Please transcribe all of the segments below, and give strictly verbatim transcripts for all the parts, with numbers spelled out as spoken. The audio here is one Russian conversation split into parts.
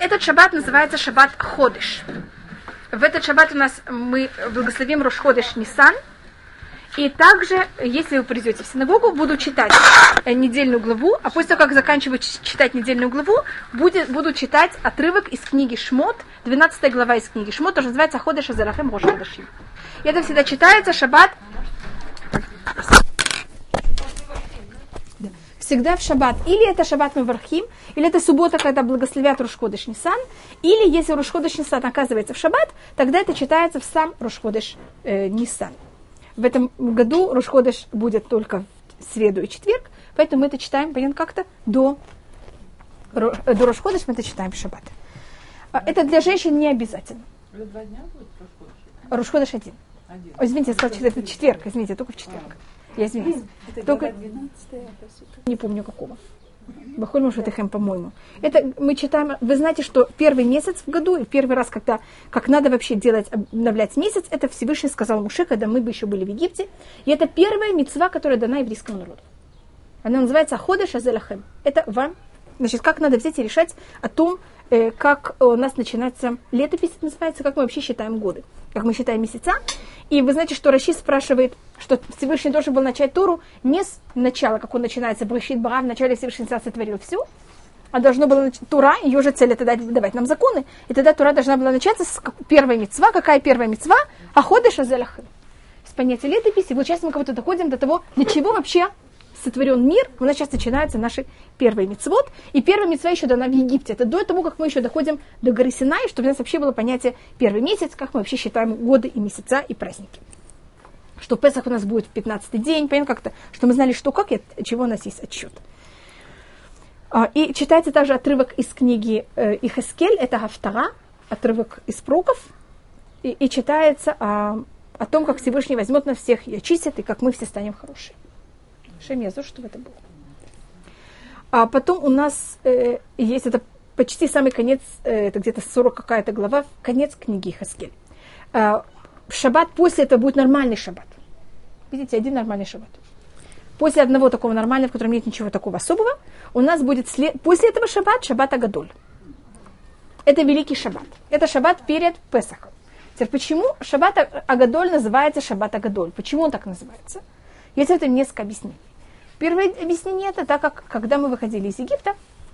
этот шаббат называется шаббат Ходеш. В этот шаббат у нас мы благословим Рош Ходеш Нисан. И также, если вы придете в синагогу, буду читать недельную главу, а после того, как заканчиваю читать недельную главу, будет, буду читать отрывок из книги Шмот, двенадцатая глава из книги Шмот, тоже называется Ходеш Азерахем Рош Ходешим. И это всегда читается шаббат. Всегда в шаббат. Или это шаббат Мевархим, или это суббота, когда благословят Рош Ходеш Нисан, или если Рош Ходеш Нисан оказывается в шаббат, тогда это читается в сам Рош Ходеш э, Нисан. В этом году Рош Ходеш будет только в среду и четверг, поэтому мы это читаем, понятно, как-то до, до Рош Ходеш мы это читаем в шаббат. Это для женщин не обязательно. Это два дня будет Рош Ходеш? Рош Ходеш один. один. О, извините, я сказала, что это четверг, извините, только в четверг. А. Я извиняюсь. Это только... двенадцатое, не помню какого. Бахоль Шатыхэм, по-моему. Это мы читаем, вы знаете, что первый месяц в году, и первый раз, когда, как надо вообще делать, обновлять месяц, это Всевышний сказал Муше, когда мы бы еще были в Египте. И это первая мицва, которая дана еврейскому народу. Она называется Ходеш Азелахем. Это вам, значит, как надо взять и решать о том, э, как у нас начинается летопись, это называется, как мы вообще считаем годы, как мы считаем месяца. И вы знаете, что Раши спрашивает, что Всевышний должен был начать Тору не с начала, как он начинается, Брешит Бара, в начале Всевышний сотворил все, а должно было начать Тора, ее же цель это дать, давать нам законы, и тогда Тора должна была начаться с первой мицва. Какая первая мицва? А Ходеш Азелахем. С понятия летописи. Вот сейчас мы как-то доходим до того, для чего вообще сотворен мир. У нас сейчас начинаются наши первые мицвот. И первая мицва еще дана в Египте. Это до того, как мы еще доходим до горы Синай, чтобы у нас вообще было понятие первый месяц, как мы вообще считаем годы и месяца и праздники. Что Песах у нас будет в пятнадцатый день, понятно как-то, что мы знали, что как и от чего у нас есть отсчет. И читается также отрывок из книги Ихескель, это Хафтара, отрывок из пророков, и, и читается о, о том, как Всевышний возьмет нас всех и очистит, и как мы все станем хорошие. Шемьязу, что это было. А потом у нас э, есть, это почти самый конец, э, это где-то сорок какая-то глава, конец книги Ихескель. Э, шаббат после этого будет нормальный шаббат. Видите, один нормальный шаббат. После одного такого нормального, в котором нет ничего такого особого, у нас будет след... после этого шаббат, шаббат Агадоль. Это великий шаббат. Это шаббат перед Песахом. Теперь, почему шаббат Агадоль называется шаббат Агадоль? Почему он так называется? Есть в этом несколько объяснений. Первое объяснение это так, как когда мы выходили из Египта,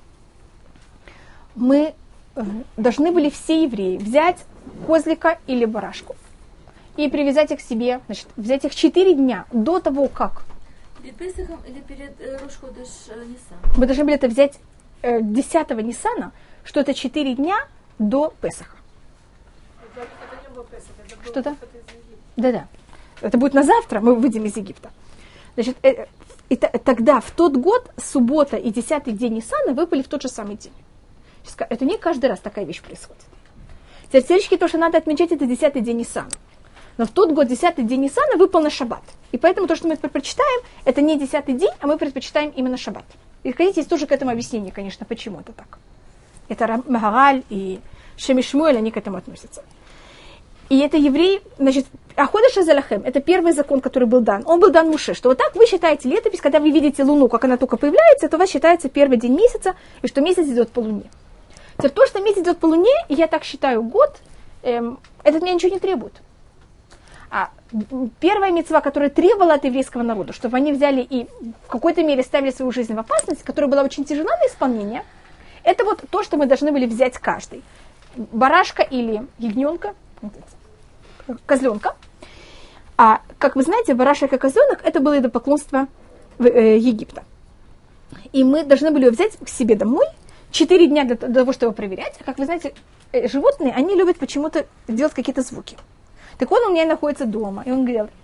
мы должны были все евреи взять козлика или барашку и привязать их к себе, значит, взять их четыре дня до того, как... Перед Песахом или перед э, Рош Ходеш Нисан? Мы должны были это взять э, десятого Нисана, что это четыре дня до Песаха. Это, это не был Песах, это был Что-то? выход из Египта. Да-да. Это будет на завтра, мы выйдем из Египта. Значит, э, и т- тогда, в тот год, суббота и десятый день Нисана выпали в тот же самый день. Сейчас, это не каждый раз такая вещь происходит. Теоретически то, что надо отмечать, это десятый день Нисана. Но в тот год, десятый день Нисана, выпал на шаббат. И поэтому то, что мы предпочитаем, это не десятый день, а мы предпочитаем именно шаббат. И, хотите, есть тоже к этому объяснение, конечно, почему это так. Это Магараль и Шемишмуэль, они к этому относятся. И это евреи, значит, Ходеш Азелахем, это первый закон, который был дан. Он был дан Муше, что вот так вы считаете летопись, когда вы видите луну, как она только появляется, то у вас считается первый день месяца, и что месяц идет по луне. Теперь то, что месяц идет по луне, и я так считаю год, эм, это от меня ничего не требует. А первая мицва, которая требовала от еврейского народа, чтобы они взяли и в какой-то мере ставили свою жизнь в опасность, которая была очень тяжела на исполнение, это вот то, что мы должны были взять каждый. Барашка или ягненка, козленка. А, как вы знаете, барашек и козленок это было идолопоклонство э, Египта. И мы должны были его взять к себе домой четыре дня для того, чтобы проверять. А как вы знаете, э, животные, они любят почему-то делать какие-то звуки. Так он у меня находится дома, и он говорит,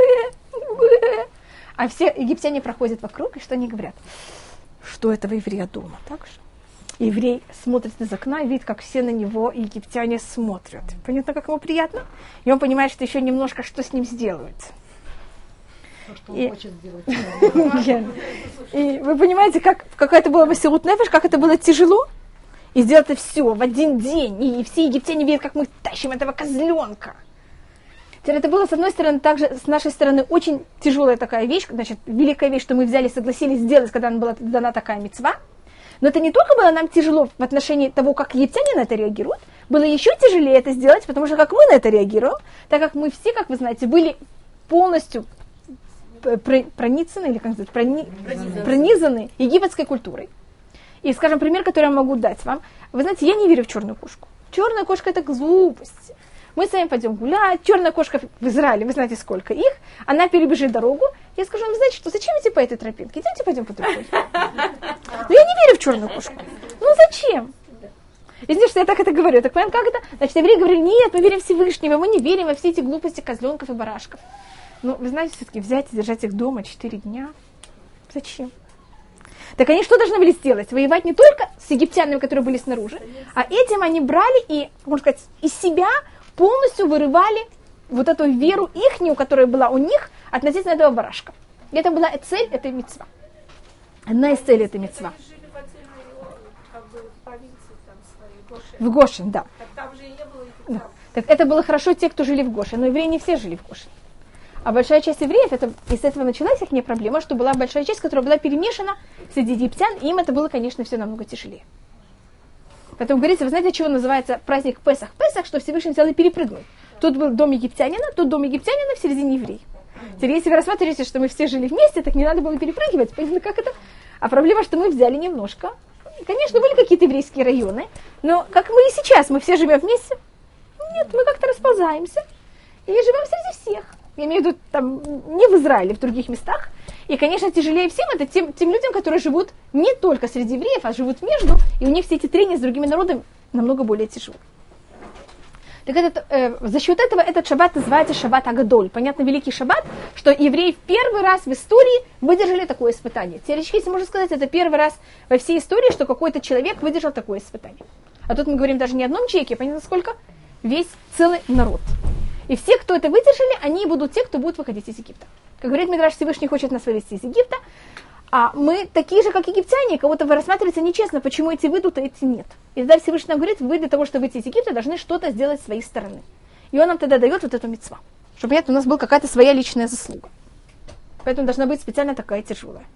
а все египтяне проходят вокруг, и что они говорят? Что этого еврея дома? Так же? Еврей смотрит из окна и видит, как все на него египтяне смотрят. Понятно, как ему приятно? И он понимает, что еще немножко что с ним сделают. То, что он и... хочет сделать. И вы понимаете, как, какая это была Масирут Нефеш, как это было тяжело? И сделать это все в один день. И все египтяне видят, как мы тащим этого козленка. Теперь это было, с одной стороны, также с нашей стороны очень тяжелая такая вещь, значит, великая вещь, что мы взяли, согласились сделать, когда нам была дана такая мицва. Но это не только было нам тяжело в отношении того, как египтяне на это реагируют, было еще тяжелее это сделать, потому что как мы на это реагируем, так как мы все, как вы знаете, были полностью проницаны, или как сказать, прони... пронизаны. пронизаны египетской культурой. И, скажем, пример, который я могу дать вам. Вы знаете, я не верю в черную кошку. Черная кошка – это глупость. Мы с вами пойдем гулять. Черная кошка в Израиле, вы знаете, сколько их. Она перебежит дорогу. Я скажу, вы знаете что, зачем идти по этой тропинке? Идемте пойдем по другой. Но я не верю в черную кошку. Ну зачем? Извините, что я так это говорю. Так понимаем, как это? Значит, евреи говорили, нет, мы верим в Всевышнего, мы не верим во все эти глупости козленков и барашков. Но вы знаете, все-таки взять и держать их дома четыре дня. Зачем? Так они что должны были сделать? Воевать не только с египтянами, которые были снаружи, а этим они брали и, можно сказать, из себя полностью вырывали вот эту веру ихнюю, которая была у них, относительно этого барашка. И это была цель этой мицва. Одна из целей этой мицва. В Гошен, да. Так там же и не было да. Так это было хорошо те, кто жили в Гошен, но евреи не все жили в Гошен. А большая часть евреев, это, и с этого началась их проблема, что была большая часть, которая была перемешана среди египтян, и им это было, конечно, все намного тяжелее. Поэтому говорится, вы знаете, чего называется праздник Песах? Песах, что Всевышний взял и перепрыгнул. Тут был дом египтянина, тут дом египтянина, в середине еврей. Теперь, если вы рассматриваете, что мы все жили вместе, так не надо было перепрыгивать. Понимаете, как это? А проблема, что мы взяли немножко. Конечно, были какие-то еврейские районы, но как мы и сейчас, мы все живем вместе. Нет, мы как-то расползаемся и живем среди всех. Я имею в виду, там, не в Израиле, в других местах. И, конечно, тяжелее всем это тем, тем людям, которые живут не только среди евреев, а живут между, и у них все эти трения с другими народами намного более тяжелые. Так этот, э, за счет этого этот шаббат называется шаббат Агадоль. Понятно, великий шаббат, что евреи в первый раз в истории выдержали такое испытание. Теоретически, если можно сказать, это первый раз во всей истории, что какой-то человек выдержал такое испытание. А тут мы говорим даже не о одном человеке, понятно сколько? Весь целый народ. И все, кто это выдержали, они будут те, кто будут выходить из Египта. Как говорит Мидраш, Всевышний хочет нас вывести из Египта, а мы такие же, как египтяне, кого-то вы рассматриваете нечестно, почему эти выйдут, а эти нет. И тогда Всевышний нам говорит, вы для того, чтобы выйти из Египта, должны что-то сделать с своей стороны. И он нам тогда дает вот эту мицва. Чтобы, понятно, у нас была какая-то своя личная заслуга. Поэтому должна быть специально такая тяжелая.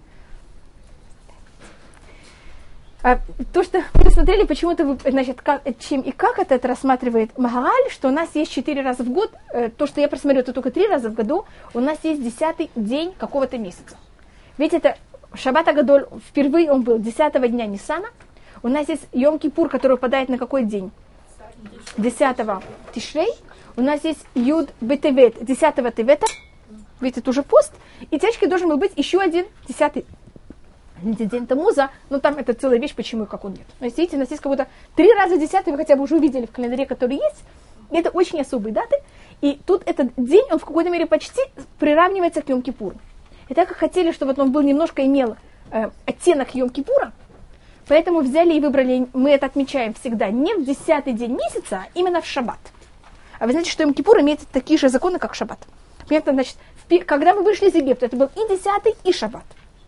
А то, что мы рассмотрели, почему-то, значит, как, чем и как это, это рассматривает Магараль, что у нас есть четыре раза в год, э, то, что я просмотрю, это только три раза в году, у нас есть десятый день какого-то месяца. Ведь это Шаббат Агадоль, впервые он был десятого дня Ниссана, у нас есть Йом-Кипур, который выпадает на какой день? десятого Тишрей, у нас есть Юд Бетевет, десятого Тевета, ведь это уже пост, и теоретически должен был быть еще один десятый день Тамуза, но там это целая вещь, почему и как он нет. Но если видите, у нас есть как будто три раза десятый, вы хотя бы уже увидели в календаре, который есть, и это очень особые даты, и тут этот день, он в какой-то мере почти приравнивается к Йом-Кипуру. И так как хотели, чтобы он был немножко имел э, оттенок Йом-Кипура, поэтому взяли и выбрали, мы это отмечаем всегда, не в десятый день месяца, а именно в Шаббат. А вы знаете, что Йом-Кипур имеет такие же законы, как Шаббат. Понятно, значит, в, когда мы вышли из Египта, это был и десятый, и Шаббат.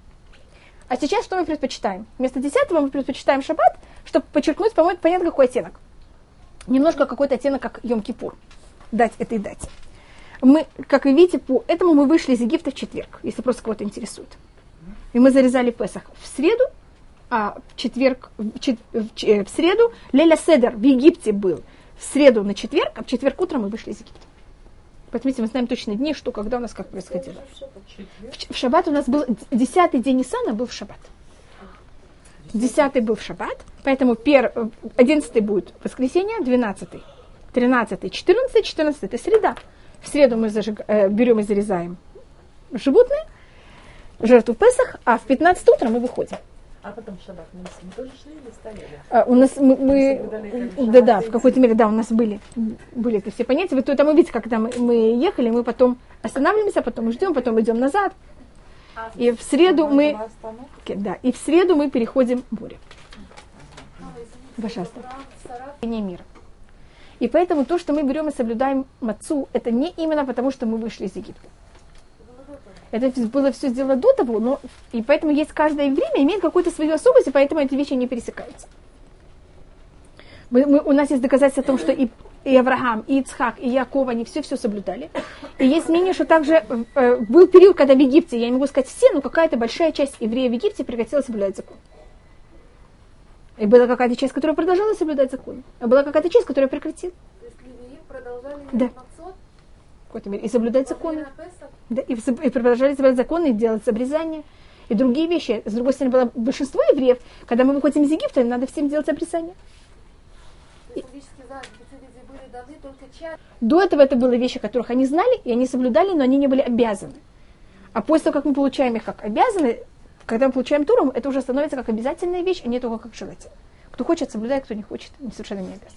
А сейчас что мы предпочитаем? Вместо десятого мы предпочитаем Шаббат, чтобы подчеркнуть, по-моему, понятно, какой оттенок. Немножко какой-то оттенок, как Йом-Кипур. Дать этой дате. Мы, как вы видите, по этому мы вышли из Египта в четверг, если просто кого-то интересует. И мы зарезали Песах в среду, а в четверг, в, чет, в, в среду Леля Седер в Египте был в среду на четверг, а в четверг утром мы вышли из Египта. Поэтому мы знаем точные дни, что, когда у нас как происходило. В, в шаббат у нас был, десятый день Ниссана был в шаббат. Десятый был в шаббат, поэтому пер, одиннадцатый будет воскресенье, двенадцатый, тринадцатый, четырнадцатый, четырнадцатый это среда. В среду мы зажиг, э, берем и зарезаем животные, жертву Песах, а в пятнадцатое утро мы выходим. А потом в шаббат мы, мы тоже шли или стояли? А, у нас мы, мы да, да, в какой-то мере, да, у нас были, были это все понятия. Вы там увидите, когда мы, мы ехали, мы потом останавливаемся, потом мы ждем, потом идем назад. А, и в среду мы, да, и в среду мы переходим море. Пожалуйста. Мира. И поэтому то, что мы берем и соблюдаем мацу, это не именно потому, что мы вышли из Египта. Это было все сделано до того, но и поэтому есть каждое время, имеет какую-то свою особость, и поэтому эти вещи не пересекаются. Мы, мы, у нас есть доказательства о том, что и, и Авраам, и Ицхак, и Яков, они все-все соблюдали. И есть мнение, что также э, был период, когда в Египте, я не могу сказать все, но какая-то большая часть евреев в Египте прекратила соблюдать закон. И была какая-то часть, которая продолжала соблюдать законы. А была какая-то часть, которая прекратила. То есть левиим продолжали Да. мацот? В какой-то мере. И соблюдать Во законы. время Песах? Да, и, и продолжали соблюдать законы, и делать обрезание. И другие вещи. С другой стороны, было большинство евреев, когда мы выходим из Египта, надо всем делать обрезание. То есть фактически заповеди были даны только часть. До этого это были вещи, которых они знали, и они соблюдали, но они не были обязаны. А после того, как мы получаем их как обязаны, когда мы получаем Тору, это уже становится как обязательная вещь, а не только как желательно. Кто хочет, соблюдает, кто не хочет, совершенно не обязан.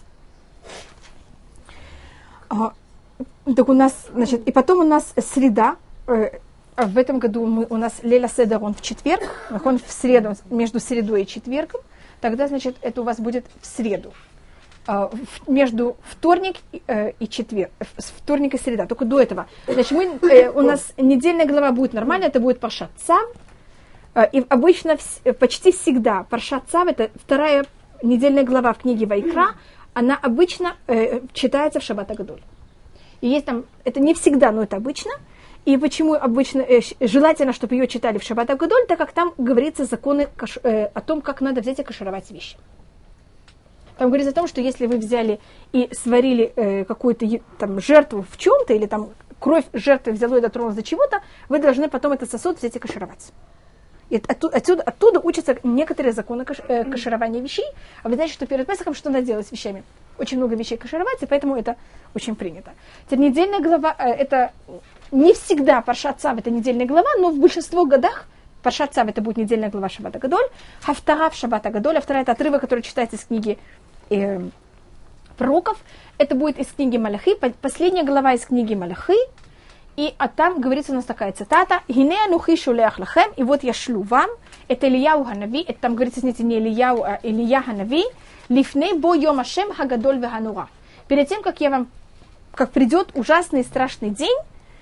А, так у нас, значит, и потом у нас среда. Э, в этом году мы, у нас Лейла Седер, он в четверг, он в среду, между средой и четвергом. Тогда, значит, это у вас будет в среду. Uh, в, между вторник uh, и четверг, вторник и среда, только до этого. Значит, мы, uh, у нас недельная глава будет нормальная, это будет Паршат Цав. Uh, и обычно, вс- почти всегда Паршат Цав, это вторая недельная глава в книге Вайкра, она обычно uh, читается в Шаббат ха-Гадоль. И есть там, это не всегда, но это обычно. И почему обычно, uh, желательно, чтобы ее читали в Шаббат ха-Гадоль, так как там говорится законы каш- uh, о том, как надо взять и кашировать вещи. Там говорится о том, что если вы взяли и сварили э, какую-то там жертву в чем-то, или там кровь жертвы взяла и дотронулась до чего-то, вы должны потом этот сосуд взять и кашировать. И оттуда, отсюда, оттуда учатся некоторые законы каш, э, каширования вещей. А вы знаете, что перед Песахом что надо делать с вещами? Очень много вещей кашировать, и поэтому это очень принято. Теперь недельная глава, э, это не всегда Паршат Цав, это недельная глава, но в большинстве годах Паршат Цав это будет недельная глава Шаббат ха-Гадоль, Хафтара в Шаббат ха-Гадоль, а вторая это отрывок, который читается из книги э, пророков. Это будет из книги Малахи, последняя глава из книги Малахи. И а там говорится у нас такая цитата: «Гине анухи шулеах лахем», и вот я шлю вам, это Ильяу ханави, это там говорится, знаете, не Ильяу, а Илья ханави, лифней бо йом ашем хагадоль веханура. Перед тем, как я вам, как придет ужасный и страшный день,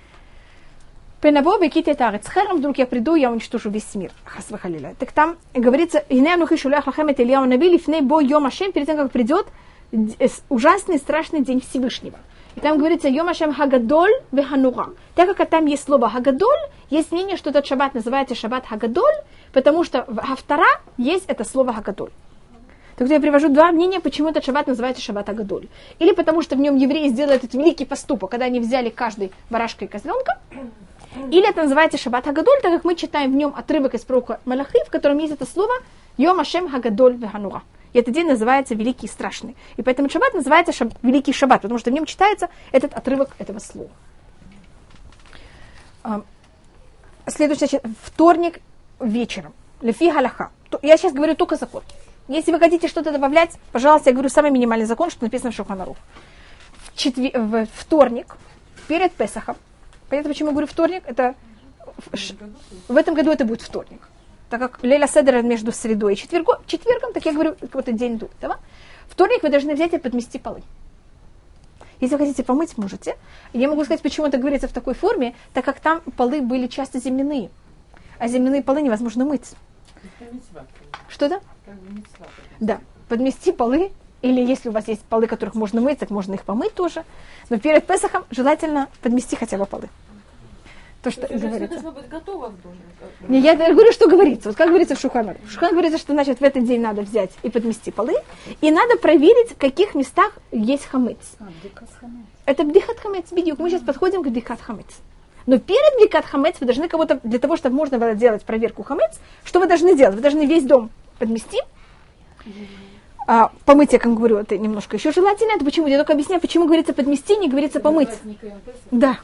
Пенабо беките тарец херам, вдруг я приду, я уничтожу весь мир. Хасвахалиля. Так там говорится, «Гине анухи шулеах лахем, это Ильяу ханави, лифней бо йом ашем», перед тем, как придет ужасный и страшный день Всевышнего. И там говорится «Йом Ашем Хагадоль веханура». Так как там есть слово Хагадоль, есть мнение, что этот шаббат называется шаббат Хагадоль, потому что в Хафтара есть это слово Хагадоль. Так я привожу два мнения, почему этот шаббат называется шаббат Хагадоль. Или потому что в нем евреи сделали этот великий поступок, когда они взяли каждый барашка и козленка. Или это называется шаббат Хагадоль, так как мы читаем в нем отрывок из пророка Малахи, в котором есть это слово «Йом Ашем Хагадоль веханура». И этот день называется Великий и Страшный. И поэтому шаббат называется шаб... Великий шаббат, потому что в нем читается этот отрывок этого слова. Следующий, значит, вторник вечером. Лефи галаха. Я сейчас говорю только закон. Если вы хотите что-то добавлять, пожалуйста, я говорю самый минимальный закон, что написано в Шулхан Арух. В, четвер... в вторник, перед Песахом. Понятно, почему я говорю вторник? Это в, в этом году это будет вторник. Так как Лейла Седер между средой и четвергом, четвергом, так я говорю, какой-то день до этого. Вторник вы должны взять и подмести полы. Если вы хотите помыть, можете. Я могу сказать, почему это говорится в такой форме, так как там полы были часто земляные. А земляные полы невозможно мыть. Что-то? Да, подмести полы. Или если у вас есть полы, которых можно мыть, так можно их помыть тоже. Но перед Песахом желательно подмести хотя бы полы. То, что То есть говорится. должно быть готово в доме. Не, я говорю, что говорится. Вот как говорится в Шулхан Арух. В Шулхан говорится, что значит в этот день надо взять и подмести полы, и надо проверить, в каких местах есть хамец. А, бдикат хамец. Это бдихат хамец, бедюк. Мы сейчас подходим к бдихат хамец. Но перед бдихат хамец вы должны кого-то, для того, чтобы можно было делать проверку хамец, что вы должны делать? Вы должны весь дом подмести. А, помыть, я как говорю, это немножко еще желательно. Это почему? Я только объясняю, почему говорится подмести, не говорится помыть. Да.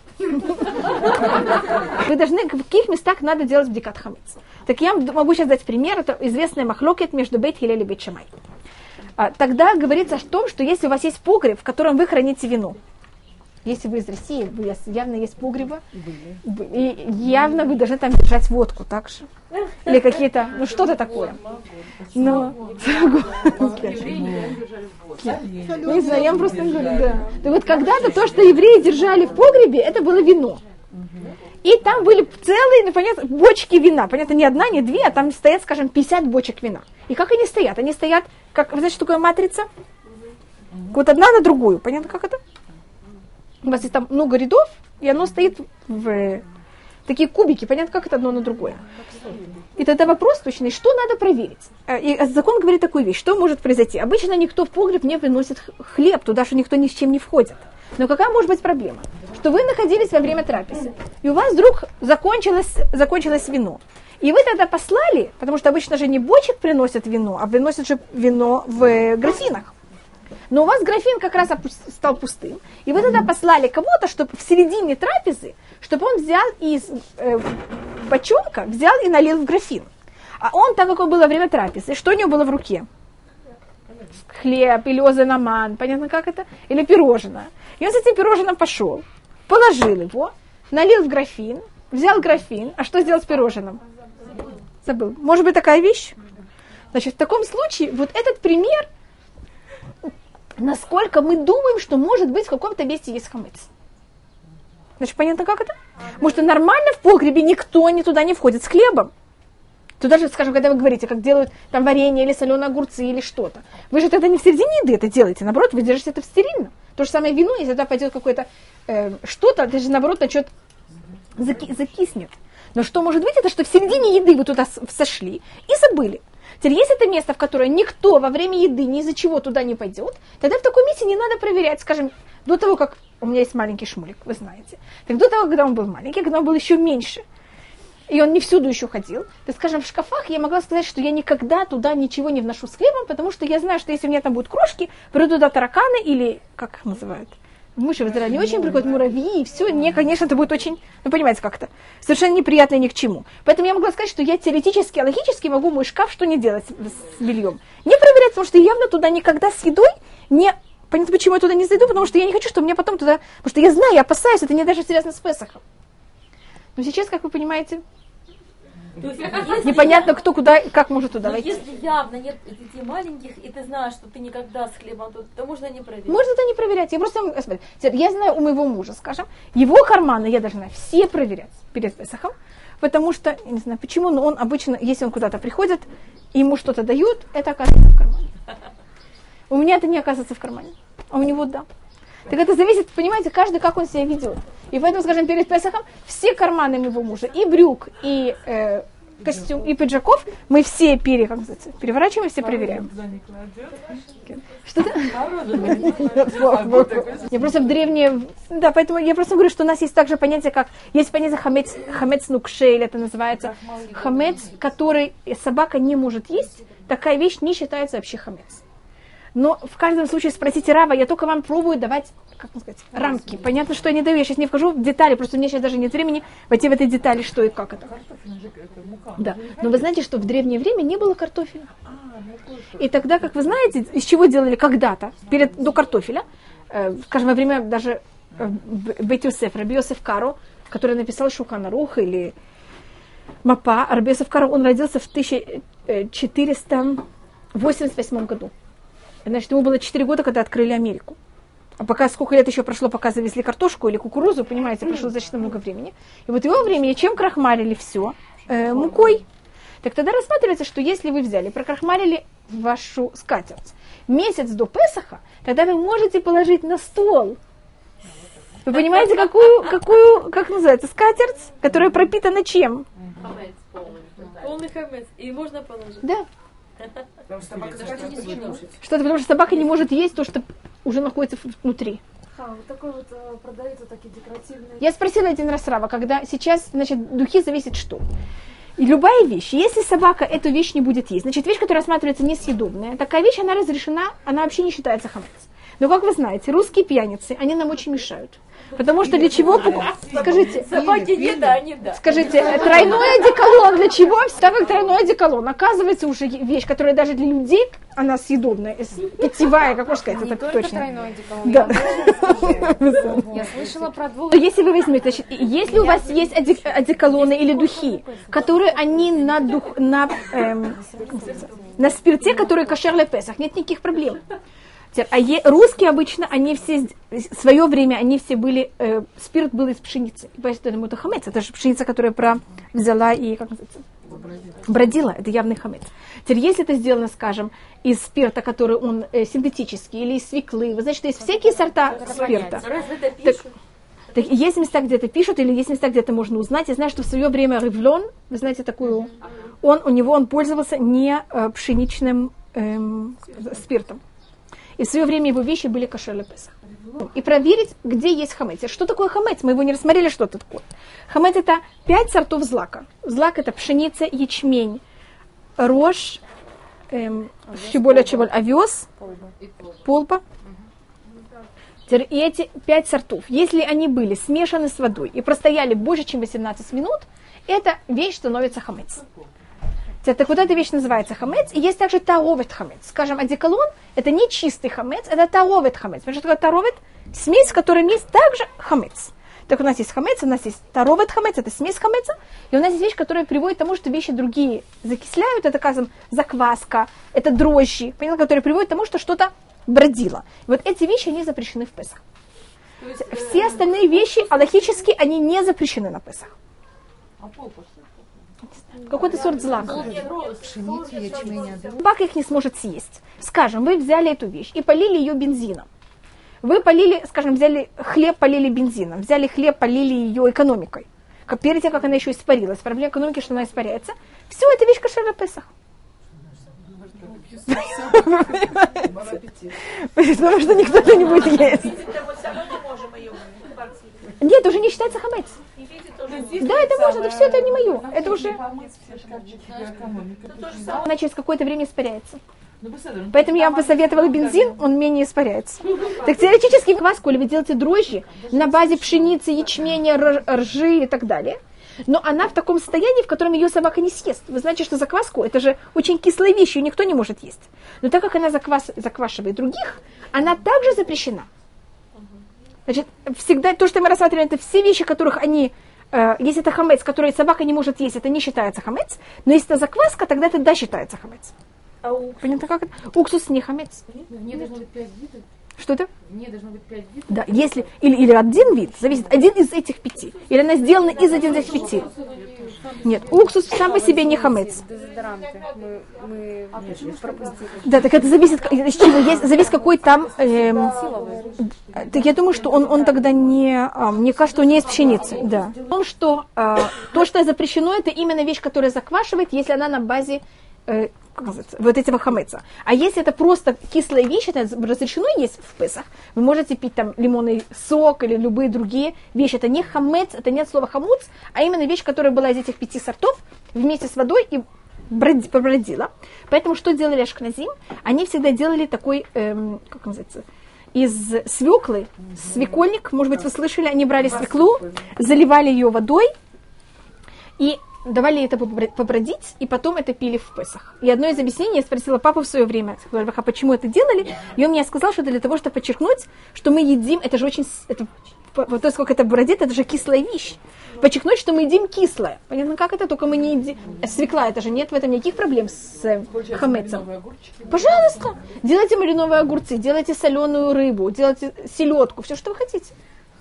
Вы должны, в каких местах надо делать бдикат хамец. Так я могу сейчас дать пример. Это известная махлокет между Бейт Хиллель и Бейт Шамай. А, тогда говорится о том, что если у вас есть погреб, в котором вы храните вино, если вы из России, вы, явно есть погреба, и явно вы должны там держать водку, так же. Или какие-то, ну что-то такое. Но, не знаю, я вам просто говорю, да. Так вот когда-то то, что евреи держали в погребе, это было вино. И там были целые, ну, понятно, бочки вина. Понятно, не одна, не две, а там стоят, скажем, пятьдесят бочек вина. И как они стоят? Они стоят, как, вы знаете, что такое матрица? Вот одна на другую. Понятно, как это? У вас есть там много рядов, и оно стоит в, такие кубики, понятно, как это одно на другое. И тогда вопрос точный, что надо проверить? И закон говорит такую вещь, что может произойти? Обычно никто в погреб не приносит хлеб, туда что никто ни с чем не входит. Но какая может быть проблема? Что вы находились во время трапезы, и у вас вдруг закончилось, закончилось вино. И вы тогда послали, потому что обычно же не бочек приносят вино, а приносят же вино в графинах. Но у вас графин как раз стал пустым, и вы тогда послали кого-то, чтобы в середине трапезы, чтобы он взял из э, бочонка, взял и налил в графин. А он, так как было время трапезы, что у него было в руке? Хлеб или озенаман, понятно как это? Или пирожное. И он с этим пирожным пошел, положил его, налил в графин, взял графин, а что сделал с пирожным? Забыл. Может быть такая вещь? Значит, в таком случае, вот этот пример, насколько мы думаем, что может быть в каком-то месте есть хамец. Значит, понятно, как это? Потому что нормально в погребе никто ни туда не входит с хлебом. Туда же, скажем, когда вы говорите, как делают там варенье или соленые огурцы или что-то. Вы же тогда не в середине еды это делаете, наоборот, вы держите это в стерильном. То же самое вино, если туда пойдет какое-то э, что-то, это же наоборот начнет заки- закиснет. Но что может быть, это что в середине еды вы туда сошли и забыли. Теперь, если это место, в которое никто во время еды ни из-за чего туда не пойдет, тогда в таком месте не надо проверять, скажем, до того, как... У меня есть маленький Шмулик, вы знаете. Так до того, когда он был маленький, когда он был еще меньше, и он не всюду еще ходил, то, скажем, в шкафах я могла сказать, что я никогда туда ничего не вношу с хлебом, потому что я знаю, что если у меня там будут крошки, придут туда тараканы или, как их называют, мыши в Израиле не очень приходят, муравьи, и все, мне, конечно, это будет очень, ну, понимаете, как-то, совершенно неприятно ни к чему. Поэтому я могла сказать, что я теоретически, логически могу мой шкаф что не делать с бельем. Не проверять, потому что я явно туда никогда с едой не... Понятно, почему я туда не зайду, потому что я не хочу, чтобы мне потом туда... Потому что я знаю, я опасаюсь, это не даже связано с Песахом. Но сейчас, как вы понимаете, непонятно, кто куда, как может туда войти. Если явно нет детей маленьких, и ты знаешь, что ты никогда с хлебом тут, то можно не проверять. Можно это не проверять. Я просто, я знаю у моего мужа, скажем, его карманы я должна все проверять перед Песахом, потому что, я не знаю почему, но он обычно, если он куда-то приходит, и ему что-то дают, это оказывается в кармане. У меня это не оказывается в кармане, а у него да. Так это зависит, понимаете, каждый как он себя ведет. И поэтому, скажем, перед Песахом все карманы моего мужа, и брюк, и э, костюм, и пиджаков, мы все пере, как называется, переворачиваем и все проверяем. Что-то? Я просто в древнее... Да, поэтому я просто говорю, что у нас есть также понятие, как... Есть понятие хамец, хамец нукшейль, это называется. Хамец, который собака не может есть, такая вещь не считается вообще хамец. Но в каждом случае спросите Рава, я только вам пробую давать, как сказать, рамки. Понятно, что я не даю, я сейчас не вхожу в детали, просто у меня сейчас даже нет времени войти в эти детали, что и как это. Да. Но вы знаете, что в древнее время не было картофеля. И тогда, как вы знаете, из чего делали когда-то, перед, до картофеля, э, скажем, во время даже э, Бейт Йосеф, Раби Йосеф Каро, который написал Шулхан Арух или Мапа, Раби Йосеф Каро, он родился в тысяча четыреста восемьдесят восьмом году. Значит, ему было четыре года, когда открыли Америку. А пока сколько лет еще прошло, пока завезли картошку или кукурузу, понимаете, прошло достаточно много времени. И вот его времени чем крахмалили все? Э, мукой. Так тогда рассматривается, что если вы взяли, прокрахмалили вашу скатерть месяц до Песаха, тогда вы можете положить на стол. Вы понимаете, какую, какую, как называется, скатерть, которая пропитана чем? Хамец полный. Полный хамец. И можно положить. Да. Потому что собака даже не съедет. Что-то, потому что собака не может есть то, что уже находится внутри. Ха, вот такой вот э, продаются такие декоративные... Я спросила один раз Рава, когда сейчас, значит, духи зависит что? И любая вещь, если собака эту вещь не будет есть, значит, вещь, которая рассматривается несъедобная, такая вещь, она разрешена, она вообще не считается хамец. Но, как вы знаете, русские пьяницы, они нам очень мешают. Потому что для чего... Скажите... Собаки не да, они да. Скажите, тройной одеколон для чего? Так как тройной одеколон, оказывается, уже вещь, которая даже для людей, она съедобная, питьевая, как можно сказать, не это только точно. тройной одеколон. Да. Я слышала про двух... Если вы возьмете, значит, если у вас есть одеколоны или духи, которые они на, дух, на, эм, на спирте, которые кошер ле Песах, нет никаких проблем. А е, русские обычно, они все, в свое время, они все были, э, спирт был из пшеницы. И поэтому это хамец, это же пшеница, которая про взяла и, как называется, бродила, это явный хамец. Теперь, если это сделано, скажем, из спирта, который он э, синтетический, или из свеклы, вы знаете, что есть всякие сорта спирта. Разве это пишут? Так, Так, есть места, где это пишут, или есть места, где это можно узнать. Я знаю, что в свое время Ревлон, вы знаете такую, он, у него он пользовался не э, пшеничным эм, спиртом. И в свое время его вещи были кошер ле-песах. И проверить, где есть хамец. Что такое хамец? Мы его не рассмотрели, что это такое. Хамец — это пять сортов злака. Злак — это пшеница, ячмень, рожь, эм, щеболь, чеболь, овес, полба. И эти пять сортов, если они были смешаны с водой и простояли больше, чем восемнадцать минут, эта вещь становится хамец. Так вот эта вещь называется хамец. И есть также таровет хамец. Скажем, одеколон — это не чистый хамец, это таровет хамец. Потому что такое таровет — смесь, в которой есть также хамец. Так у нас есть хамец, у нас есть таровет хамец, это смесь хамеца. И у нас есть вещь, которая приводит к тому, что вещи другие закисляют. Это, скажем, закваска, это дрожжи, понятно, которые приводят к тому, что что-то бродило. И вот эти вещи, они запрещены в Песах. Есть, все остальные вещи, алахически, они не запрещены на Песах. Какой-то сорт злака. Собака их не сможет съесть. Скажем, вы взяли эту вещь и полили ее бензином. Вы полили, скажем, взяли хлеб, полили бензином. Взяли хлеб, полили ее экономикой. Перед тем, как она еще испарилась. Проблема экономики, что она испаряется. Все, это вещь кошер ле-песах. Потому что никто это не будет есть. Нет, уже не считается хамец. Да, это можно, это все, это не мое. Это уже... Она через какое-то время испаряется. Поэтому я вам посоветовала бензин, он менее испаряется. Так теоретически кваску, или вы делаете дрожжи на базе пшеницы, ячменя, ржи и так далее. Но она в таком состоянии, в котором ее собака не съест. Вы знаете, что закваску — это же очень кислая вещь, ее никто не может есть. Но так как она заквас, заквашивает других, она также запрещена. Значит, всегда то, что мы рассматриваем, это все вещи, которых они... Э, если это хамец, который собака не может есть, это не считается хамец. Но если это закваска, тогда это да считается хамец. А уксус? Понятно, как это? Уксус не хамец. Не должно быть пять видов. Что это? Не должно быть пять видов. Да, если, или, или один вид, зависит, один из этих пяти. Или она сделана из один из этих пяти. Нет, уксус сам по себе не хамец. Дезодоранты. Мы, мы пропустили. Да, так это зависит, из чего есть, зависит какой там... Эм, так я думаю, что он, он тогда не... А, мне кажется, что он не из пшеницы. Да. В том, что а, то, что запрещено, это именно вещь, которая заквашивает, если она на базе... Э, вот этого хамеца. А если это просто кислая вещь, это разрешено есть в Песах. Вы можете пить там лимонный сок или любые другие вещи. Это не хамец, это не от слова хамуц, а именно вещь, которая была из этих пяти сортов вместе с водой и побродила. Поэтому что делали ашкназим? Они всегда делали такой, эм, как называется, из свеклы, свекольник, может быть, вы слышали, они брали свеклу, заливали ее водой и давали это побродить, и потом это пили в Песах. И одно из объяснений, я спросила папу в свое время, почему это делали, и он мне сказал, что это для того, чтобы подчеркнуть, что мы едим, это же очень, это, вот то, сколько это бродит, это же кислая вещь. Подчеркнуть, что мы едим кислое. Понятно, как это? Только мы не едим... Свекла, это же нет в этом никаких проблем с э, хамецом. Пожалуйста, делайте мариновые огурцы, делайте соленую рыбу, делайте селедку, все, что вы хотите.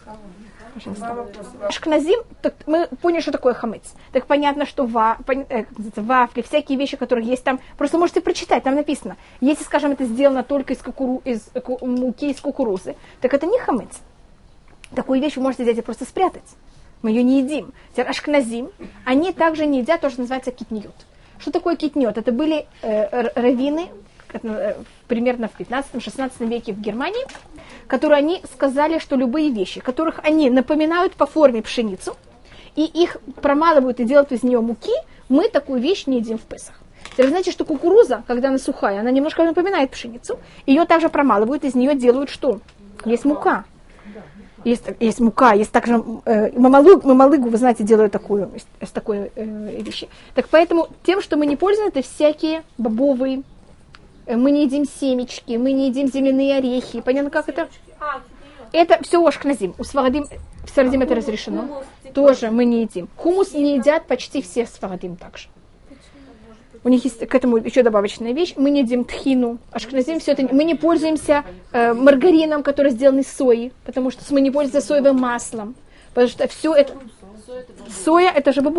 Ашкназим, так мы поняли, что такое хамец. Так понятно, что ва, э, вафли, всякие вещи, которые есть там, просто можете прочитать, там написано. Если, скажем, это сделано только из, кукуру, из муки из кукурузы, так это не хамец. Такую вещь вы можете взять и просто спрятать. Мы ее не едим. Теперь ашкназим, они также не едят то, что называется китниот. Что такое китниот? Это были э, раввины, примерно в пятнадцатом-шестнадцатом веке в Германии, которые они сказали, что любые вещи, которых они напоминают по форме пшеницу, и их промалывают и делают из нее муки, мы такую вещь не едим в Песах. Теперь знаете, что кукуруза, когда она сухая, она немножко напоминает пшеницу, ее также промалывают, из нее делают что? Есть мука. Есть, есть мука, есть также э, мамалыгу, мамалыгу, вы знаете, делают такую, из, из такой э, вещи. Так поэтому тем, что мы не пользуемся, это всякие бобовые. Мы не едим семечки, мы не едим земляные орехи. Понятно, как это? Это все ашкназим. У сфарадим, в сфарадим это разрешено. Тоже мы не едим. Хумус не едят почти все сфарадим также. У них есть к этому еще добавочная вещь. Мы не едим тхину. Ашкназим все это. Мы не пользуемся э, маргарином, который сделан из сои, потому что мы не пользуемся соевым маслом. Потому что все это... Соя это же бобовые.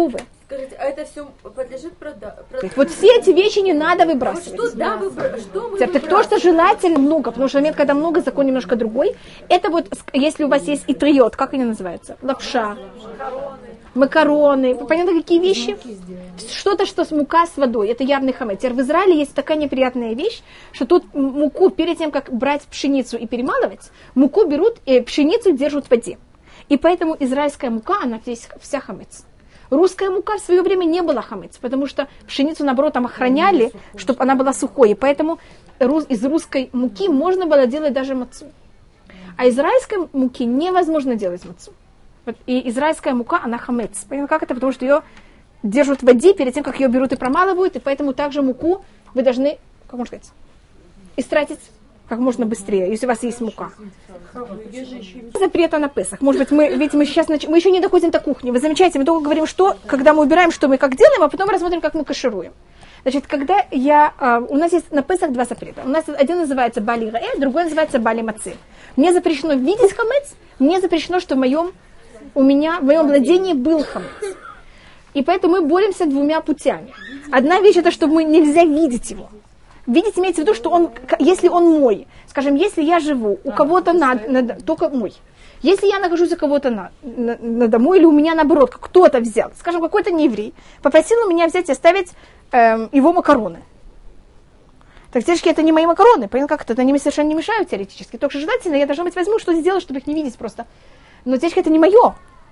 Скажите, а это все подлежит продаже? Вот все эти вещи не надо выбрасывать. Что, да, выбра... что мы Так то, что желательно много, потому что момент, когда много, закон немножко другой. Это вот, если у вас есть и триот, как они называются? Лапша. Макароны. Понятно, какие вещи? Что-то, что с мука с водой. Это явный хамец. Теперь в Израиле есть такая неприятная вещь, что тут муку, перед тем, как брать пшеницу и перемалывать, муку берут и пшеницу держат в воде. И поэтому израильская мука, она здесь вся хамец. Русская мука в свое время не была хамец, потому что пшеницу, наоборот, там охраняли, чтобы она была сухой. И поэтому из русской муки можно было делать даже мацу. А из израильской муки невозможно делать мацу. И израильская мука, она хамец. Понятно, как это? Потому что ее держат в воде перед тем, как ее берут и промалывают, и поэтому также муку вы должны, как можно сказать, истратить как можно быстрее, если у вас есть мука. Запрета на Песах. Может быть, мы, ведь мы сейчас нач... мы еще не доходим до кухни. Вы замечаете, мы только говорим, что, когда мы убираем, что мы как делаем, а потом рассмотрим, как мы кашируем. Значит, когда я... Э, у нас есть на Песах два запрета. У нас один называется Бали Раэль, другой называется Бали Маци. Мне запрещено видеть хамец, мне запрещено, что в моем, у меня, в моем владении был хамец. И поэтому мы боремся двумя путями. Одна вещь, это что мы нельзя видеть его. Видеть имеется в виду, что он, если он мой, скажем, если я живу у кого-то над, над, только мой, если я нахожусь у кого-то на, на, надо мной, или у меня наоборот, кто-то взял, скажем, какой-то нееврей, попросил у меня взять и оставить э, его макароны. Так теоретически это не мои макароны, понятно, как это, они мне совершенно не мешают теоретически. Только желательно, я должна быть возьму, что сделать, чтобы их не видеть просто. Но теоретически это не мое.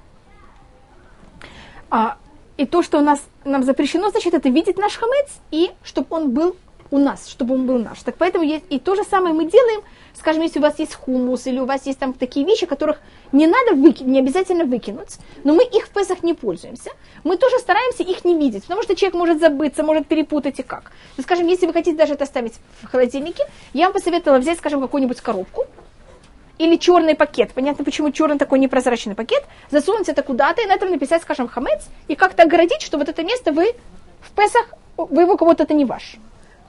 А, и то, что у нас, нам запрещено, значит, это видеть наш хамец, и чтобы он был у нас, чтобы он был наш. Так поэтому есть, и то же самое мы делаем, скажем, если у вас есть хумус, или у вас есть там такие вещи, которых не надо выкинуть, не обязательно выкинуть, но мы их в Песах не пользуемся, мы тоже стараемся их не видеть, потому что человек может забыться, может перепутать и как. Ну, скажем, если вы хотите даже это оставить в холодильнике, я вам посоветовала взять, скажем, какую-нибудь коробку, или черный пакет, понятно, почему черный такой непрозрачный пакет, засунуть это куда-то и на этом написать, скажем, хамец, и как-то огородить, что вот это место вы в Песах, вы его кого-то, это не ваш.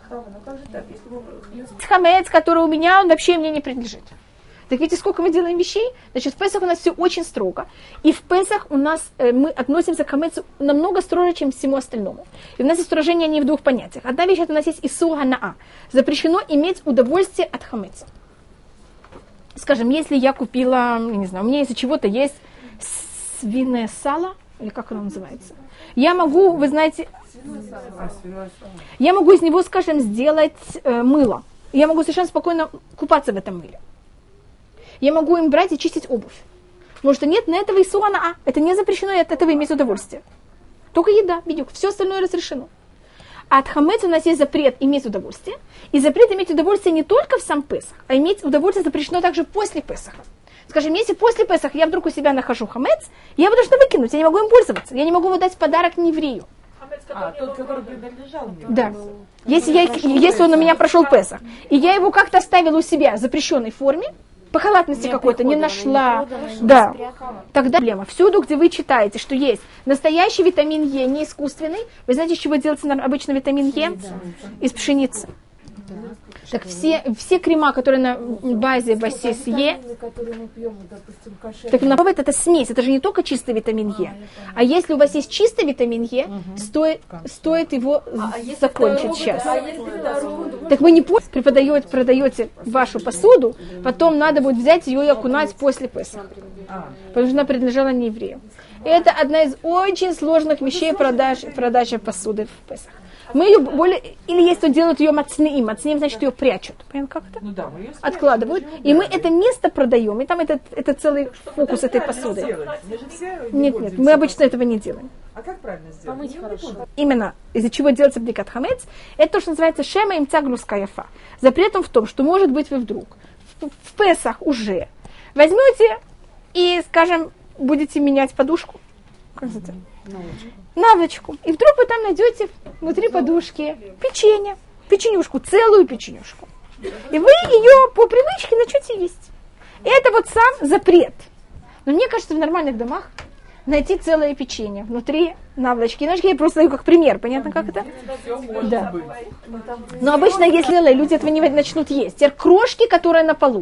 Хамец, который у меня, он вообще мне не принадлежит. Так видите, сколько мы делаем вещей? Значит, в Песах у нас все очень строго. И в Песах у нас э, мы относимся к хамецу намного строже, чем к всему остальному. И у нас есть строжение не в двух понятиях. Одна вещь, это у нас есть исур ганаа. Запрещено иметь удовольствие от хамеца. Скажем, если я купила, не знаю, у меня из-за чего-то есть свиное сало, или как оно называется, я могу, вы знаете... Я могу из него, скажем, сделать э, мыло. Я могу совершенно спокойно купаться в этом мыле. Я могу им брать и чистить обувь. Потому что нет, на этого исура на а. Это не запрещено, и от этого иметь удовольствие. Только еда, видюк. Все остальное разрешено. А от хамеца у нас есть запрет иметь удовольствие. И запрет иметь удовольствие не только в сам Песах, а иметь удовольствие запрещено также после Песаха. Скажем, если после Песаха я вдруг у себя нахожу хамец, я его должна выкинуть, я не могу им пользоваться. Я не могу его дать в подарок нееврею. А, тот, который принадлежал мне. Да. Если, я, если он у меня прошел Песах, и я его как-то оставила у себя в запрещенной форме, по халатности какой-то, не нашла, не да, тогда проблема. Всюду, где вы читаете, что есть настоящий витамин Е, не искусственный, вы знаете, из чего делается обычно витамин Е? Из пшеницы. Так все, все крема, которые на базе басис Е, так напомнит, это смесь, это же не только чистый витамин Е. А если у вас есть чистый витамин Е, угу. стоит, стоит его а, закончить сейчас. А так вы не преподаете, продаете вашу посуду, потом надо будет взять ее и окунать после Песаха. Потому что она принадлежала не еврею. Это одна из очень сложных вещей продажи, продажи посуды в Песах. Мы ее более, или есть кто делают ее мацнеим, мацнеим значит ее прячут, понятно как это? Ну, да, откладывают, и мы это место продаем, и там это, это целый фокус этой посуды. Нет, нет, мы обычно этого не делаем. А как правильно сделать? Помыть хорошо. Именно из-за чего делается бдикат хамец, это то, что называется шема имца глуска яфа. Запретом в том, что может быть вы вдруг в, в Песах уже возьмете и, скажем, будете менять подушку. Как это? Наволочку. И вдруг вы там найдете внутри подушки печенье, печенюшку, целую печенюшку. И вы ее по привычке начнете есть. И это вот сам запрет. Но мне кажется, в нормальных домах найти целое печенье внутри наволочки. Иначе я просто даю как пример. Понятно, как это? Да. Но обычно, если люди этого не начнут есть. Теперь крошки, которые на полу.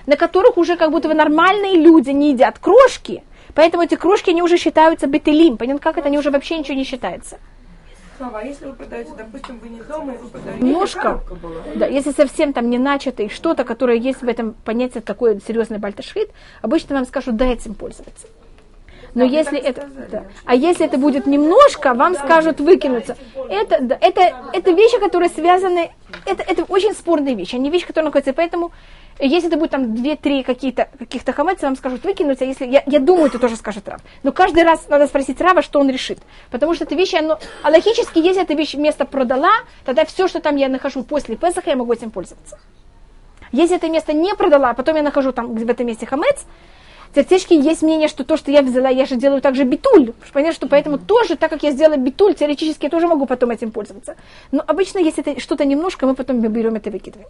на которых уже как будто бы нормальные люди не едят крошки, поэтому эти крошки, они уже считаются бетелим. Понятно, как это? Они уже вообще ничего не считаются. А если вы продаете, допустим, вы не дома, и вы продаете... Ножка, да, если совсем там не начатое что-то, которое есть в этом понятии такое серьезное бальташхит, обычно вам скажут, да, этим пользоваться. Но да, если это, да. А если это будет немножко, вам скажут выкинуться. Это, да, это, это вещи, которые связаны, это, это очень спорные вещи, они вещи, которые находятся, поэтому если это будет там две-три какие-то, каких-то хамецов, вам скажут выкинуть, а если, я, я думаю, это тоже скажет Рав. Но каждый раз надо спросить Рава, что он решит. Потому что эта вещь, оно, а логически, если эта вещь место продала, тогда все, что там я нахожу после Песаха, я могу этим пользоваться. Если это место не продала, а потом я нахожу там в этом месте хамец, теоретически есть мнение, что то, что я взяла, я же делаю также битуль. Понятно, что поэтому тоже, так как я сделала битуль, теоретически я тоже могу потом этим пользоваться. Но обычно, если это что-то немножко, мы потом берем это и выкидываем.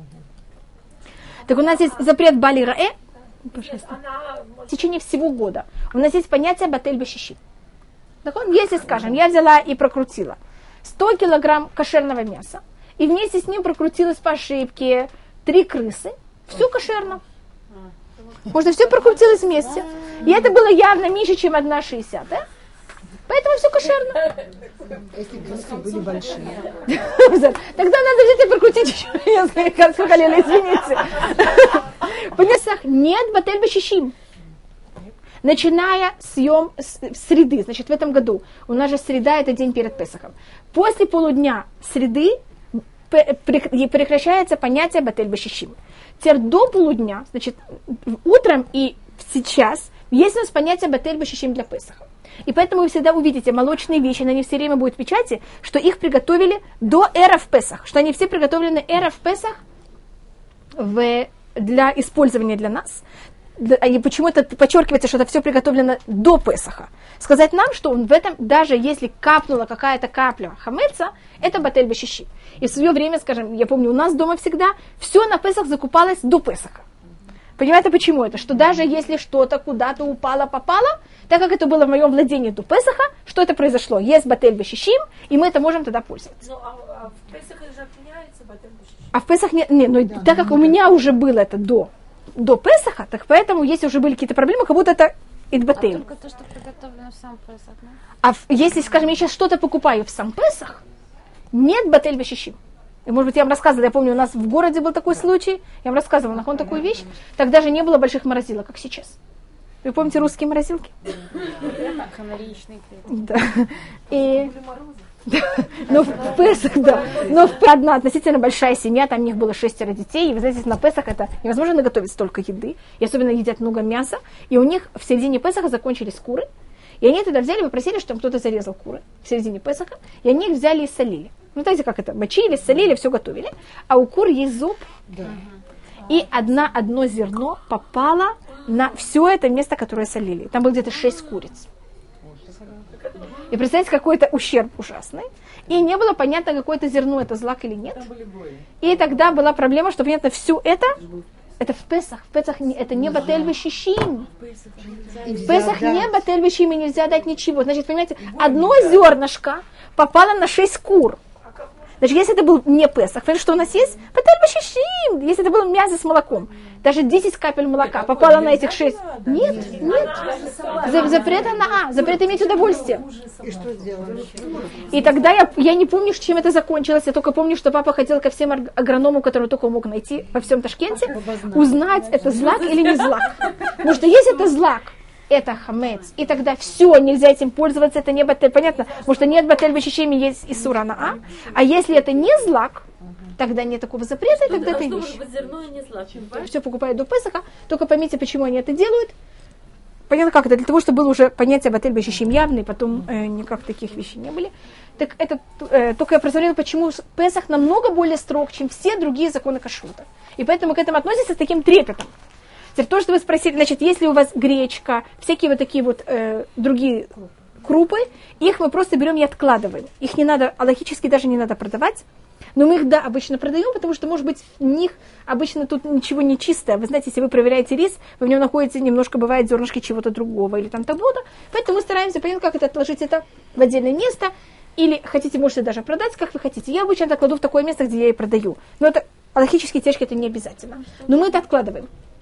Так у нас есть запрет бали раэ, в течение всего года. У нас есть понятие батель бешиши. Так он, если, скажем, я взяла и прокрутила сто килограмм кошерного мяса, и вместе с ним прокрутилась по ошибке три крысы, все кошерно. Может, все прокрутилось вместе. И это было явно меньше, чем одна шестьдесят, да? Поэтому все кошерно. Если крысы были большие. Тогда надо взять и прокрутить еще несколько, сколько лет, извините. В Песах нет батель бешишим. Начиная съем с среды, значит, в этом году, у нас же среда, это день перед Песахом. После полудня среды прекращается понятие батель бешишим. Теперь до полудня, значит, утром и сейчас, есть у нас понятие батель бешишим для Песаха. И поэтому вы всегда увидите молочные вещи, на них все время будет в печати, что их приготовили до эров Песах, что они все приготовлены эров Песах в, для использования для нас. И почему это подчеркивается, что это все приготовлено до Песаха. Сказать нам, что в этом, даже если капнула какая-то капля хамеца, это батель бешишим. И в свое время, скажем, я помню, у нас дома всегда все на Песах закупалось до Песаха. Понимаете, почему это? Что даже если что-то куда-то упало, попало, так как это было в моем владении до Песаха, что это произошло? Есть батель бешишим, и мы это можем тогда пользоваться. Ну, а, а в Песах же отменяется батель бешишим? А в Песах нет, не, ну, да, так как да, у да. меня уже было это до, до Песаха, так поэтому, если уже были какие-то проблемы, как будто это идбатель. А только то, что приготовлено в сам Песах, да? А в, если, скажем, я сейчас что-то покупаю в сам Песах, нет батель бешишим. И, может быть, я вам рассказывала, я помню, у нас в городе был такой случай, я вам рассказывала, нахон такую вещь, тогда же не было больших морозилок, как сейчас. Вы помните русские морозилки? Канаричные. Да. И... Но в Песах, да. Но одна относительно большая семья, там у них было шестеро детей, и вы знаете, на Песах это невозможно наготовить столько еды, и особенно едят много мяса, и у них в середине Песаха закончились куры, и они тогда взяли, попросили, чтобы кто-то зарезал куры в середине Песаха, и они их взяли и солили. Ну, знаете, как это? Мочили, солили, все готовили. А у кур есть зуб. Да. И одна, одно зерно попало на все это место, которое солили. Там было где-то шесть куриц. И представляете, какой-то ущерб ужасный. И не было понятно, какое-то зерно, это злак или нет. И тогда была проблема, что, понятно, все это, это в Песах. В Песах это не батель бешишим. В Песах не батель бешишим, и нельзя дать ничего. Значит, понимаете, одно зернышко попало на шесть кур. Значит, если это был не Песах, понимаете, что у нас есть? Батель бешишим. Если это было мясо с молоком, даже десять капель молока попало на этих шесть. Нет, нет. Запрет на запрет иметь удовольствие. И что сделали? И тогда я, я не помню, чем это закончилось. Я только помню, что папа ходил ко всем агрономам, которые только мог найти во всем Ташкенте, узнать, это злак или не злак. Потому что если это злак, это хамец, и тогда все, нельзя этим пользоваться, это не батель, понятно? Потому что нет батель бешишим, есть исура на а. А если это не злак, тогда нет такого запрета, и тогда это вещь. Все покупают до Песаха, только поймите, почему они это делают. Понятно, как это? Для того, чтобы было уже понятие батель бешишим явное, потом э, никак таких вещей не были. Так это, э, только я просмотрела, почему Песах намного более строг, чем все другие законы кашрута. И поэтому к этому относятся с таким трепетом. Теперь то, что вы спросили, значит, если у вас гречка, всякие вот такие вот э, другие крупы, их мы просто берем и откладываем. Их не надо, аллахически даже не надо продавать. Но мы их, да, обычно продаем, потому что, может быть, в них обычно тут ничего не чистое. Вы знаете, если вы проверяете рис, вы в нем находите немножко, бывает, зернышки чего-то другого или там того-то. Поэтому мы стараемся понять, как это отложить это в отдельное место. Или хотите, можете даже продать, как вы хотите. Я обычно это кладу в такое место, где я и продаю. Но это аллахические течки, это не обязательно. Но мы это откладываем.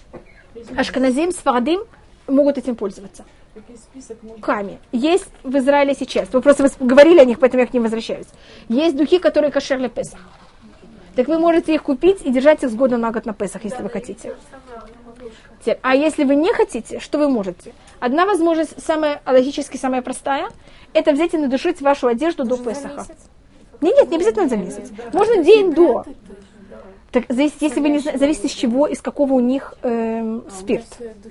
Ашканазим, Сфарадим могут этим пользоваться. Ками. Есть в Израиле сейчас. Вы просто говорили о них, поэтому я к ним возвращаюсь. Есть духи, которые кошер для Песах. Так вы можете их купить и держать их с года на год на Песах, если вы хотите. А если вы не хотите, что вы можете? Одна возможность, самая логически самая простая, это взять и надушить вашу одежду до Песаха. Нет, нет, не обязательно за месяц. Можно день до. Так, зависит, если вы не знаете, зависит из чего, из какого у них эм, спирт.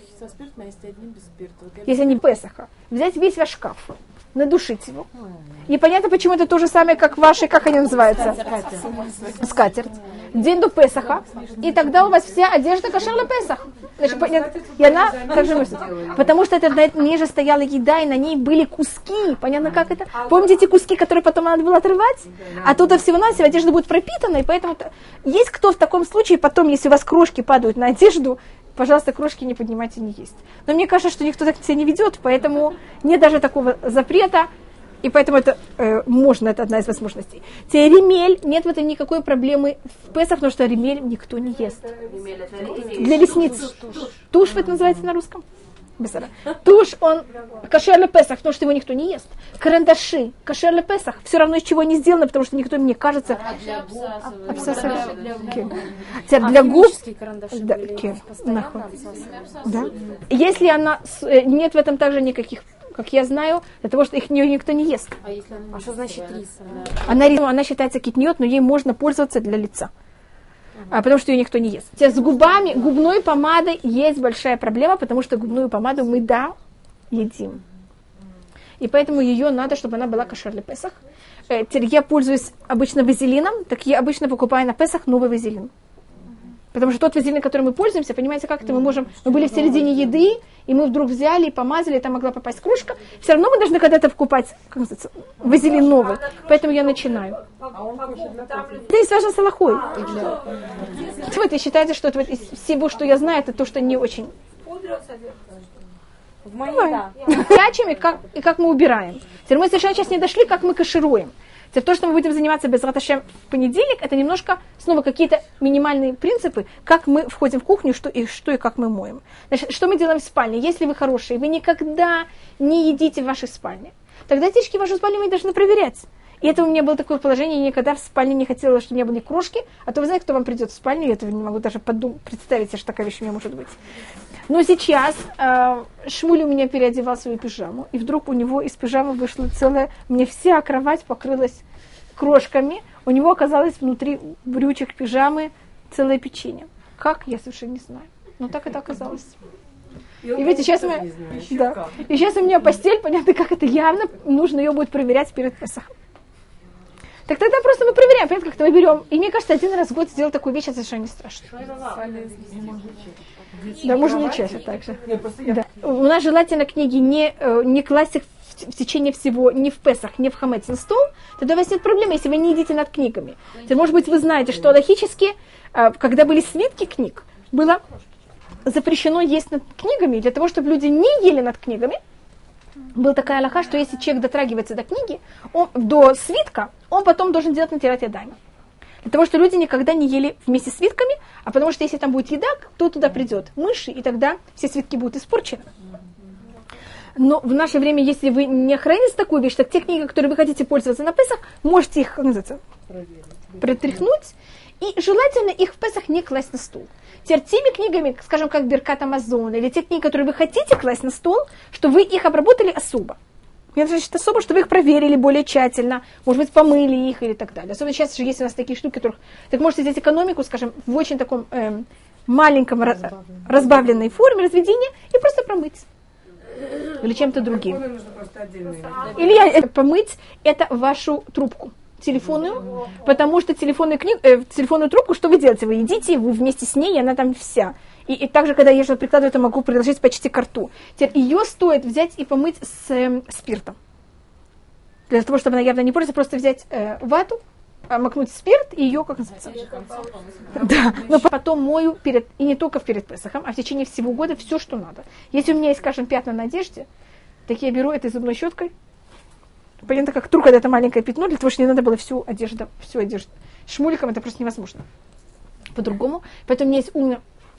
Если они Песаха. Взять весь ваш шкаф, надушить его. И понятно, почему это то же самое, как ваши, как они называются? Скатерть. День до Песаха. И тогда у вас вся одежда кошер на Песах. Значит, понятно, и она также мыслит. Потому что это на ней же стояла еда, и на ней были куски. Понятно, как это? Помните те куски, которые потом надо было отрывать? А тут всего-навсего одежда будет пропитана, и поэтому... Есть кто в таком случае, потом, если у вас крошки падают на одежду, пожалуйста, крошки не поднимайте, не есть. Но мне кажется, что никто так себя не ведет, поэтому нет даже такого запрета, и поэтому это э, можно, это одна из возможностей. Теперь ремель, нет в этом никакой проблемы в Песах, потому что ремель никто не ест. Для ресниц. Тушь это называется на русском? Тушь, он кошер для Песах, потому что его никто не ест. Карандаши, кошер для Песах, все равно из чего они сделаны, потому что никто, мне кажется... А для обсасывать. Для губ... Да. Да. Если она... Нет в этом также никаких, как я знаю, для того, что их никто не ест. А, если она... а что значит рис? Она, она считается китниот, но ей можно пользоваться для лица. А, потому что ее никто не ест. С губами, губной помадой есть большая проблема, потому что губную помаду мы, да, едим. И поэтому ее надо, чтобы она была кошер для Песах. Э, я пользуюсь обычно вазелином, так я обычно покупаю на Песах новый вазелин. Потому что тот вазелин, которым мы пользуемся, понимаете, как это мы можем... Мы были в середине еды, и мы вдруг взяли и помазали, и там могла попасть кружка. Все равно мы должны когда-то покупать, как называется, вазелин новый. Поэтому я начинаю. Это не связано с алахой. Чего вы считаете, что это, из всего, что я знаю, это то, что не очень... В моей, да. Прячем и как, и как мы убираем. Теперь мы совершенно сейчас не дошли, как мы кашируем. Теперь то, что мы будем заниматься без раташем в понедельник, это немножко снова какие-то минимальные принципы, как мы входим в кухню, что и, что и как мы моем. Значит, что мы делаем в спальне? Если вы хорошие, вы никогда не едите в вашей спальне, тогда течки в вашу спальню мы должны проверять. И это у меня было такое положение, я никогда в спальне не хотела, чтобы у меня были крошки, а то вы знаете, кто вам придет в спальню, я этого не могу даже подум- представить, что такая вещь у меня может быть. Но сейчас э, Шмуль у меня переодевал свою пижаму, и вдруг у него из пижамы вышла целая, мне вся кровать покрылась крошками, у него оказалось внутри брючек пижамы целое печенье. Как, я совершенно не знаю. Но так это оказалось. И, и видите, сейчас, мы, да. и сейчас у меня постель, понятно, как это явно, нужно ее будет проверять перед Песахом. Так тогда просто мы проверяем, понятно, как-то мы берем. И мне кажется, один раз в год сделать такую вещь, это совершенно не страшно. Да, можно не чаще так же. Да. У нас желательно книги не, не класть их в, в течение всего, не в Песах, не в Хамец на стол, тогда у вас нет проблемы, если вы не едите над книгами. То, может быть, вы знаете, что логически, когда были свитки книг, было запрещено есть над книгами, для того, чтобы люди не ели над книгами. Была такая алаха, что если человек дотрагивается до книги, он, до свитка, он потом должен делать натирать ядами. Для того, что люди никогда не ели вместе с свитками, а потому что если там будет еда, кто туда придет? Мыши, и тогда все свитки будут испорчены. Но в наше время, если вы не охраняете такую вещь, так те книги, которые вы хотите пользоваться на Песах, можете их, как называется, протряхнуть, и желательно их в Песах не класть на стол. Теперь теми книгами, скажем, как Беркат Амазон, или те книги, которые вы хотите класть на стол, что вы их обработали особо. Это значит особо, что вы их проверили более тщательно, может быть, помыли их или так далее. Особенно сейчас же есть у нас такие штуки, которых... Так можете взять экономику, скажем, в очень таком эм, маленьком разбавленной. разбавленной форме разведения и просто промыть. Или чем-то другим. Или я, помыть это вашу трубку телефонную, потому что телефонную, книг, э, телефонную трубку, что вы делаете? Вы едите, вы вместе с ней, и она там вся. И, и также, когда я ее прикладываю, то могу приложить почти к рту. Теперь ее стоит взять и помыть с э, спиртом. Для того, чтобы она явно не портится, просто взять э, вату, макнуть спирт и ее, как называется? Да, но потом мою перед, и не только перед Песахом, а в течение всего года все, что надо. Если у меня есть, скажем, пятна на одежде, так я беру этой зубной щеткой. Понятно, как тру, когда это маленькое пятно, для того, чтобы не надо было всю одежду, всю одежду. Шмуликом это просто невозможно. По-другому. Поэтому у меня есть умная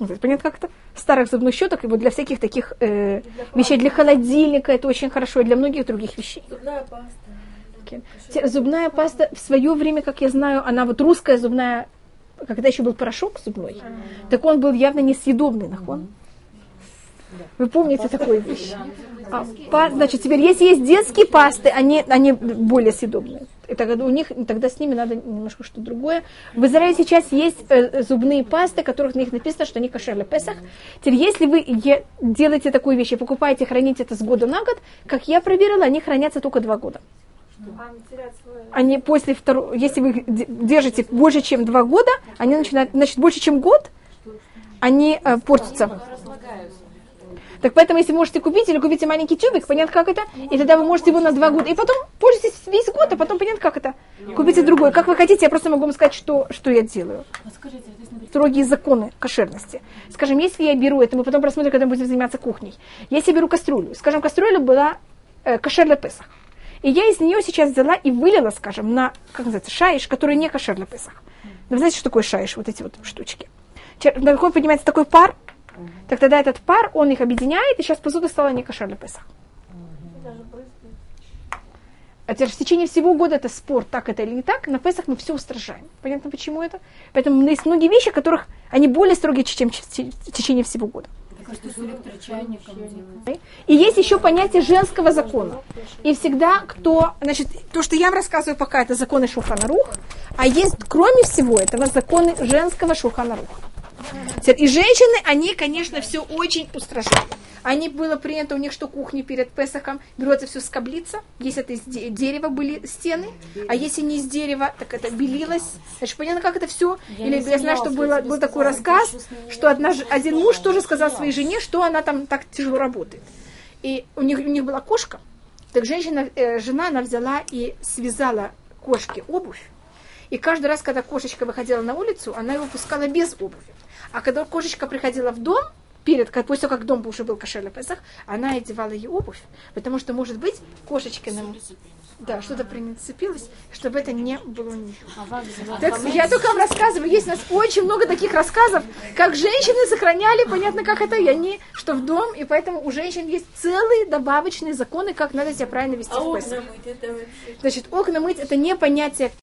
понятно, как это? Старых зубных щеток, и вот для всяких таких э, вещей, для холодильника это очень хорошо, и для многих других вещей. Зубная паста. Okay. Зубная паста в свое время, как я знаю, она вот русская зубная, когда еще был порошок зубной, mm-hmm. так он был явно несъедобный, нахон. Mm-hmm. Вы помните такую вещь? А, па, значит, теперь, если есть детские пасты, они, они более съедобные. И тогда, у них, тогда с ними надо немножко что-то другое. В Израиле сейчас есть э, зубные пасты, которых на них написано, что они кошер ле песах. Теперь, если вы е- делаете такую вещь и покупаете, храните это с года на год, как я проверила, они хранятся только два года. Они после второго, если вы держите больше, чем два года, они начинают, значит, больше, чем год, они э, портятся. Так поэтому, если можете купить, или купите маленький тюбик, понятно, как это, и тогда вы можете его на два года, и потом пользуйтесь весь год, а потом, понятно, как это, купите другой. Как вы хотите, я просто могу вам сказать, что, что я делаю. Строгие законы кошерности. Скажем, если я беру, это мы потом просмотрим, когда мы будем заниматься кухней. Если я беру кастрюлю, скажем, кастрюля была э, кошер ле песах, и я из нее сейчас взяла и вылила, скажем, на, как называется, шаиш, который не кошер ле песах. Вы знаете, что такое шаиш, вот эти вот штучки? Наверху поднимается такой пар, так тогда этот пар, он их объединяет, и сейчас посуда стала не кошер ле песах. А теперь в течение всего года это спор, так это или не так, на Песах мы все устражаем. Понятно, почему это? Поэтому есть многие вещи, которых они более строгие, чем в течение всего года. И есть еще понятие женского закона. И всегда, кто, значит, то, что я вам рассказываю пока, это законы Шулхан Арух, а есть, кроме всего этого, законы женского Шулхан Арух. И женщины, они, конечно, все очень устражают. Они было принято у них, что кухня перед Песахом берется все скоблиться. Если это из дерева были стены, а если не из дерева, так это белилось. Значит, понятно, как это все? Я Или я знаю, что было, был такой рассказ, что одна, один муж тоже сказал своей жене, что она там так тяжело работает. И у них, у них была кошка. Так женщина, э, жена, она взяла и связала кошке обувь. И каждый раз, когда кошечка выходила на улицу, она его пускала без обуви. А когда кошечка приходила в дом, перед, после того, как дом уже был кошер ле песах, она одевала ей обувь, потому что, может быть, кошечка нам... Да, что-то принцепилось, чтобы это не было ничего. Так, я только вам рассказываю, есть у нас очень много таких рассказов, как женщины сохраняли, понятно, как это, и они, что в дом, и поэтому у женщин есть целые добавочные законы, как надо себя правильно вести а в Песах. Значит, окна мыть, это не понятие